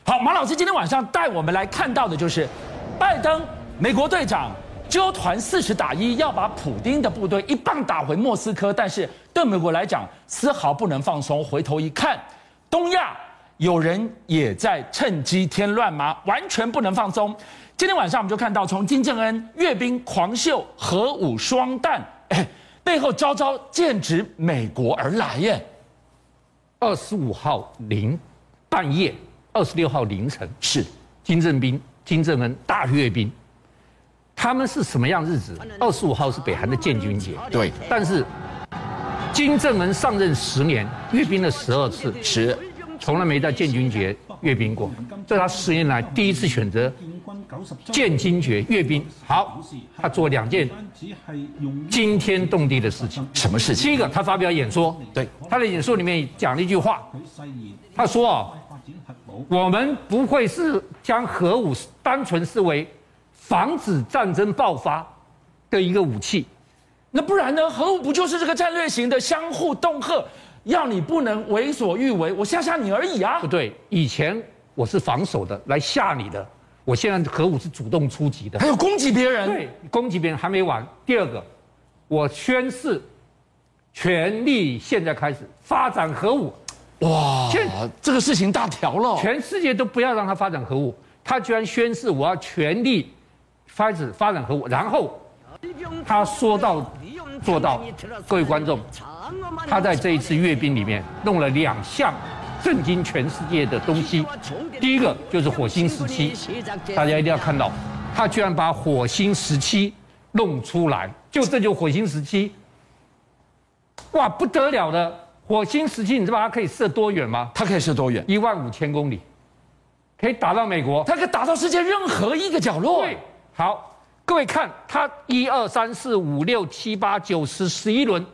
好，马老师今天晚上带我们来看到的就是，拜登美国队长纠团40打1，要把普丁的部队一棒打回莫斯科，但是对美国来讲丝毫不能放松。回头一看，东亚有人也在趁机添乱吗？完全不能放松。今天晚上我们就看到，从金正恩阅兵狂秀核武双弹，背后招招剑指美国而来耶。 25号半夜，26号凌晨是金正恩大阅兵。他们是什么样日子？25号是北韩的建军节， 对。 但是金正恩上任10年，阅兵了12次，从来没在建军节阅兵过。这他10年来第一次选择建军节阅兵。好，他做2件惊天动地的事情。 什么事情？ 第一个，他发表演说。 对， 他的演说里面讲了一句话，他说啊，我们不会是将核武单纯视为防止战争爆发的一个武器。 那不然呢？核武不就是这个战略型的相互恫吓，要你不能为所欲为，我吓吓你而已啊？ 不对，以前我是防守的，来吓你的。我现在核武是主动出击的， 还有攻击别人。 对，攻击别人还没完。第二个，我宣誓，全力现在开始发展核武。 哇，这个事情大条了， 全世界都不要让他发展核武，他居然宣誓我要全力开始发展核武，然后他说到做到。各位观众，他在这一次阅兵里面弄了2项震惊全世界的东西。第一个就是火星17，大家一定要看到，他居然把火星17弄出来，这就是火星17，哇，不得了的！火星17，你知道它可以射多远吗？ 它可以射多远 ？15000公里，可以打到美国， 它可以打到世界任何一个角落。 对，好，各位看，它1、2、3、4、5、6、7、8、9、10、11轮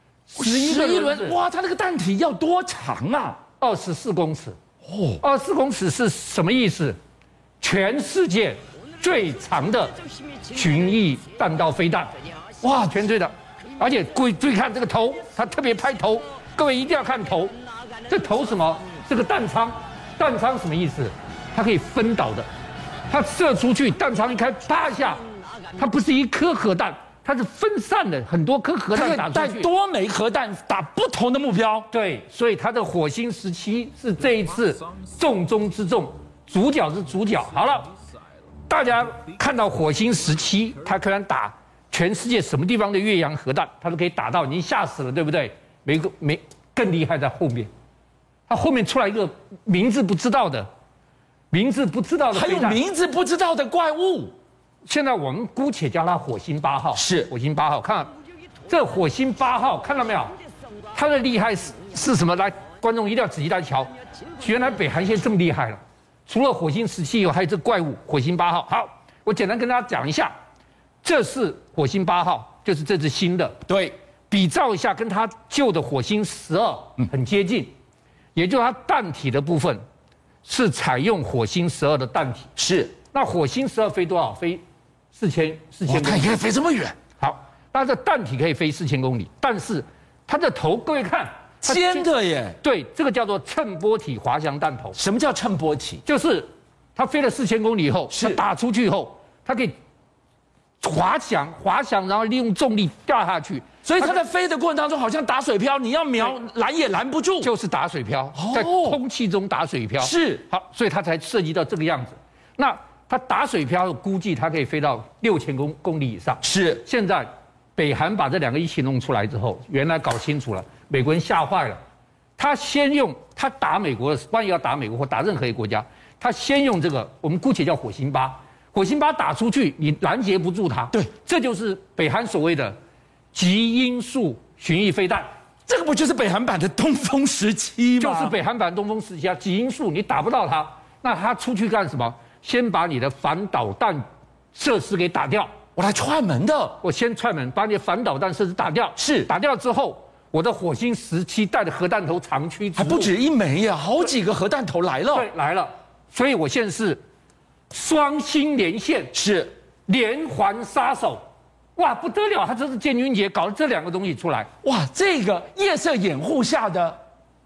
，11轮， 哇，它那个弹体要多长啊 ？24公尺。哦，24公尺是什么意思？全世界最长的巡弋弹道飞弹，哇，全最的，而且注意看这个头，它特别拍头。各位一定要看头，这头什么？这个弹仓什么意思？它可以分导的，它射出去，弹仓一开，啪一下，它不是一颗核弹，它是分散的，很多颗核弹打出去， 带多枚核弹打不同的目标。 对，所以它的火星17是这一次重中之重，主角之主角。好了，大家看到火星17，它可以打全世界什么地方的越洋核弹，它都可以打到，你吓死了，对不对？更厉害在后面，它后面出来一个名字不知道的还有名字不知道的怪物。 现在我们姑且叫它火星8号。 是火星8号，看这火星8号，看到没有？它的厉害是什么？来，观众一定要仔细来瞧，原来北韩现在这么厉害了。除了火星17以后，还有这怪物火星8号。好，我简单跟大家讲一下，这是火星8号，就是这只新的。 对。 比照一下，跟它旧的火星12很接近，也就是它弹体的部分是采用火星12的弹体。 是， 那火星12飞多少？飞4000公里。 它也可以飞这么远。 好，那这弹体可以飞4000公里，但是它的头，各位看， 尖的耶。 对，这个叫做乘波体滑翔弹头。 什么叫乘波体？ 就是它飞了4000公里以后，它打出去以后，它可以滑翔，然后利用重力掉下去。 所以它在飞的过程当中，好像打水漂，你要瞄拦也拦不住， 就是打水漂，在空气中打水漂。 是， 好，所以它才涉及到这个样子。那它打水漂，估计它可以飞到6000公里以上。 是， 现在北韩把这2个一起弄出来之后，原来搞清楚了，美国人吓坏了。他打美国，万一要打美国或打任何一个国家，他先用这个，我们姑且叫火星8。火星8打出去，你拦截不住它。 对， 这就是北韩所谓的极音速巡弋飞弹， 这个不就是北韩版的东风17吗？ 就是北韩版东风17啊，极音速你打不到它，那它出去干什么？先把你的反导弹设施给打掉。 我来踹门的， 我先踹门，把你的反导弹设施打掉。 是， 打掉之后，我的火星17带着核弹头长驱直入， 还不止1枚呀，好几个核弹头来了。 对，来了。所以我现在是双星连线， 是连环杀手。哇，不得了！他这是建军节搞了这2个东西出来。 哇，这个夜色掩护下的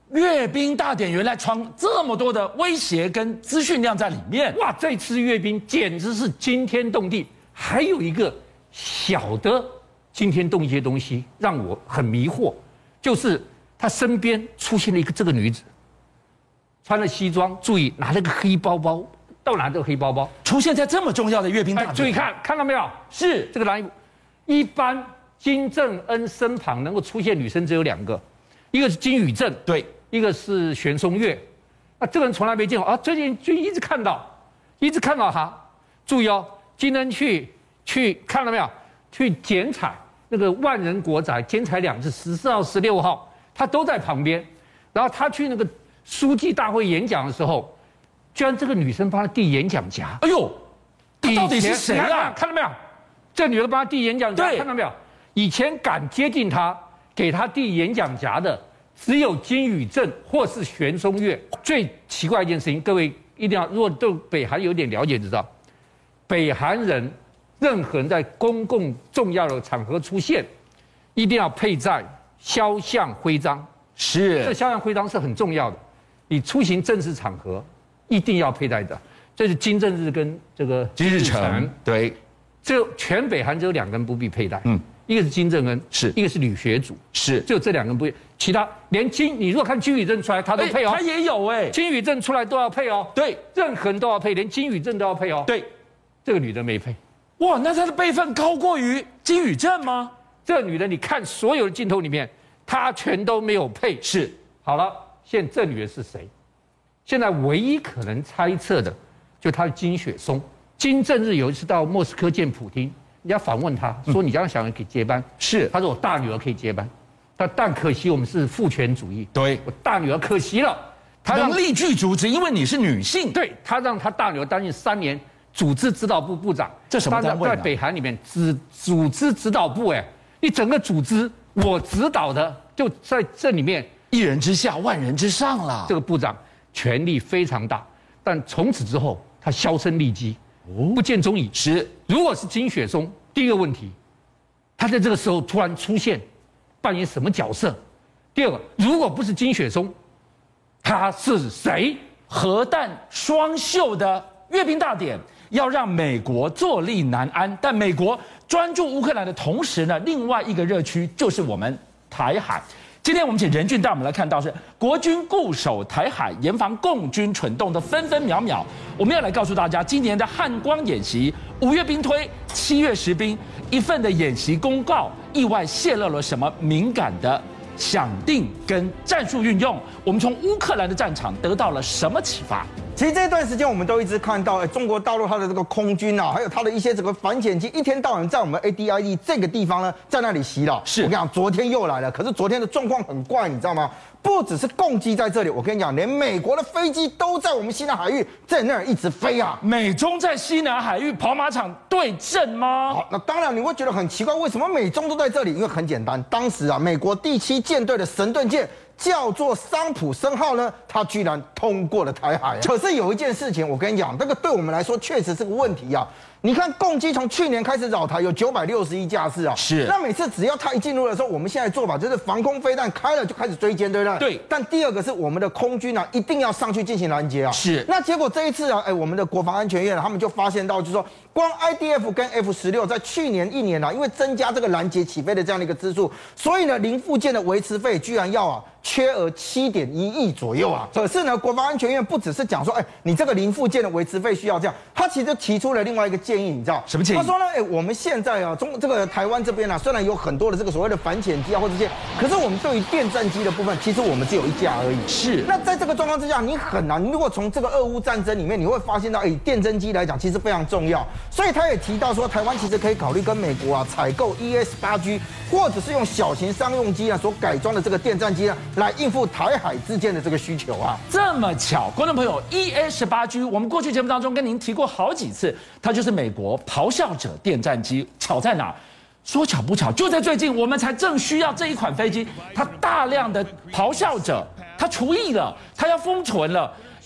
阅兵大典原来藏这么多的威胁跟资讯量在里面。 哇，这次阅兵简直是惊天动地。还有一个小的惊天动地的东西让我很迷惑，就是他身边出现了一个这个女子，穿了西装，注意拿了个黑包包，到哪这个黑包包出现在这么重要的阅兵大典。 注意看到没有？是这个蓝衣服。一般金正恩身旁能够出现女生只有2个，一个是金宇镇， 对， 一个是玄松月。那这个人从来没见过啊，最近就一直看到他。注意哦，金恩去看到没有？去剪彩那个万人国宅，剪彩2次，14号、16号，他都在旁边。然后他去那个书记大会演讲的时候，居然这个女生帮他递演讲夹。 哎呦，他到底是谁啊？ 看到没有？这女的帮他递演讲夹， 对， 看到没有？以前敢接近他、给他递演讲夹的，只有金宇镇或是玄松月。最奇怪一件事情，各位一定要，如果对北韩有点了解，知道，北韩人任何人在公共重要的场合出现，一定要佩戴肖像徽章。 是， 这肖像徽章是很重要的。你出行正式场合一定要佩戴的。这是金正日跟这个金日成，对。 这全北韩只有2个人不必佩戴，一个是金正恩， 是一个是吕学祖， 是， 只有这2个人不必，其他连你如果看金宇镇出来，他都配哦， 他也有金宇镇出来都要配哦， 对， 任何人都要配，连金宇镇都要配哦， 对， 这个女的没配， 哇，那她的辈分高过于金宇镇吗？ 这个女的，你看所有的镜头里面，她全都没有配， 是， 好了，现在这女的是谁？现在唯一可能猜测的，就她是金雪松。金正日有一次到莫斯科见普丁，人家访问他说：“你这样小孩可以接班？” 是， 他说：“我大女儿可以接班，但可惜我们是父权主义， 对我大女儿可惜了， 她能力具足，只因为你是女性。 对，他让他大女儿担任3年组织指导部部长， 这什么单位？ 在北韩里面，组织指导部，你整个组织我指导的，就在这里面， 一人之下，万人之上了。 这个部长权力非常大，但从此之后他销声匿迹。不见踪影。 是， 如果是金雪松，第一个问题，他在这个时候突然出现，扮演什么角色？第二个，如果不是金雪松，他是谁？ 核弹双秀的阅兵大典要让美国坐立难安，但美国专注乌克兰的同时呢，另外一个热区就是我们台海。今天我们请任俊带我们来看到是国军固守台海，严防共军蠢动的分分秒秒。我们要来告诉大家，今年的汉光演习，5月兵推，7月实兵，一份的演习公告意外泄露了什么敏感的想定跟战术运用？我们从乌克兰的战场得到了什么启发？ 其实这段时间我们都一直看到，中国大陆它的这个空军啊，还有它的一些整个反潜机，一天到晚在我们 ADID 这个地方呢，在那里袭扰。 是， 我跟你讲，昨天又来了，可是昨天的状况很怪，你知道吗？不只是共机在这里，我跟你讲，连美国的飞机都在我们西南海域在那儿一直飞啊。 美中在西南海域跑马场对阵吗？ 好，那当然你会觉得很奇怪，为什么美中都在这里？因为很简单，当时啊，美国第7舰队的神盾舰叫做桑普森号呢，它居然通过了台海。可是有一件事情，我跟你讲，这个对我们来说确实是个问题啊。你看，共机从去年开始扰台，有961架次啊。 是。 那每次只要它一进入的时候，我们现在做法就是防空飞弹开了就开始追歼，对不对？ 对。 但第二个是我们的空军啊，一定要上去进行拦截啊。 是。 那结果这一次啊，我们的国防安全院他们就发现到，就是说，光 IDF 跟 F-16在去年1年啊，因为增加这个拦截起飞的这样的一个支数，所以呢，零附件的维持费居然要缺额7.1亿左右啊。可是呢，国防安全院不只是讲说，你这个零附件的维持费需要这样，他其实提出了另外一个建议，你知道什么建议？ 他说呢，我们现在啊，这个台湾这边啊，虽然有很多的这个所谓的反潜机啊或者这些，可是我们对于电战机的部分，其实我们只有1架而已。 是。 那在这个状况之下，你很难。如果从这个俄乌战争里面，你会发现到，电侦机来讲，其实非常重要。所以他也提到说，台湾其实可以考虑跟美国啊采购 ES-8G， 或者是用小型商用机啊所改装的这个电战机啊，来应付台海之间的这个需求啊。 这么巧，观众朋友 ，ES-8G 我们过去节目当中跟您提过好几次，它就是美国咆哮者电战机。巧在哪？说巧不巧，就在最近，我们才正需要这一款飞机，它大量的咆哮者，它除役了，它要封存了。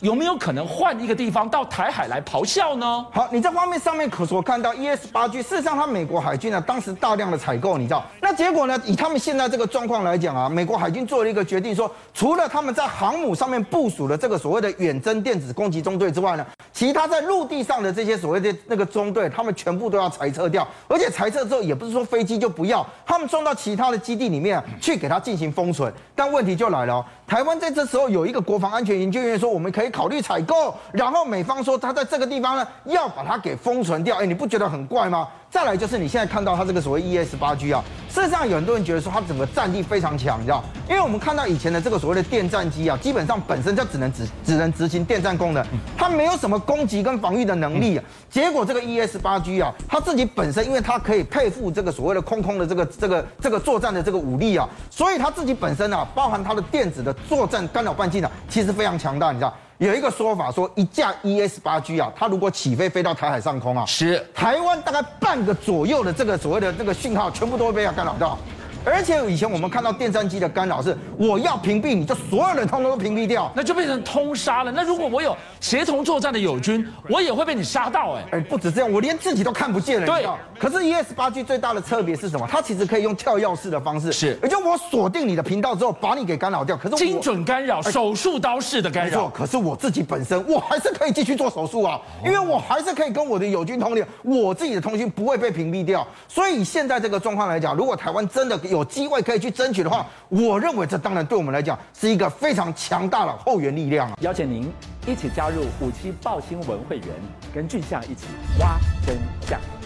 有没有可能换一个地方到台海来咆哮呢？ 好，你在画面上面所看到 ES-8G， 事实上，它美国海军呢当时大量的采购，你知道，那结果呢，以他们现在这个状况来讲啊，美国海军做了一个决定说，除了他们在航母上面部署的这个所谓的远征电子攻击中队之外呢，其他在陆地上的这些所谓的那个中队，他们全部都要裁撤掉，而且裁撤之后也不是说飞机就不要，他们送到其他的基地里面去给它进行封存。但问题就来了哦，台湾在这时候有一个国防安全研究院说，我们可以考虑采购，然后美方说他在这个地方呢要把它给封存掉，你不觉得很怪吗？再来就是你现在看到它这个所谓 ES-8G 啊，事实上有很多人觉得说它整个战力非常强，你知道，因为我们看到以前的这个所谓的电战机啊，基本上本身就只能执行电战功能，它没有什么攻击跟防御的能力啊。结果这个 ES-8G 啊，它自己本身因为它可以配附这个所谓的空的这个作战的这个武力啊，所以它自己本身啊，包含它的电子的作战干扰半径啊，其实非常强大，你知道。有一个说法说，一架 ES-8G 啊，它如果起飞到台海上空啊， 是台湾大概半个左右的这个所谓的这个讯号，全部都会被它干扰到。而且以前我们看到电战机的干扰是，我要屏蔽你，就所有人通通都屏蔽掉， 那就变成通杀了。那如果我有协同作战的友军，我也会被你杀到不止这样，我连自己都看不见了。对。可是 ES-8G 最大的特别是什么？它其实可以用跳跃式的方式， 是， 也就我锁定你的频道之后，把你给干扰掉。可是精准干扰，手术刀式的干扰。 可是我自己本身，我还是可以继续做手术啊，因为我还是可以跟我的友军通联，我自己的通讯不会被屏蔽掉。所以以现在这个状况来讲，如果台湾真的有机会可以去争取的话，我认为这当然对我们来讲是一个非常强大的后援力量啊！ 邀请您一起加入57爆新闻会员，跟俊相一起挖真相。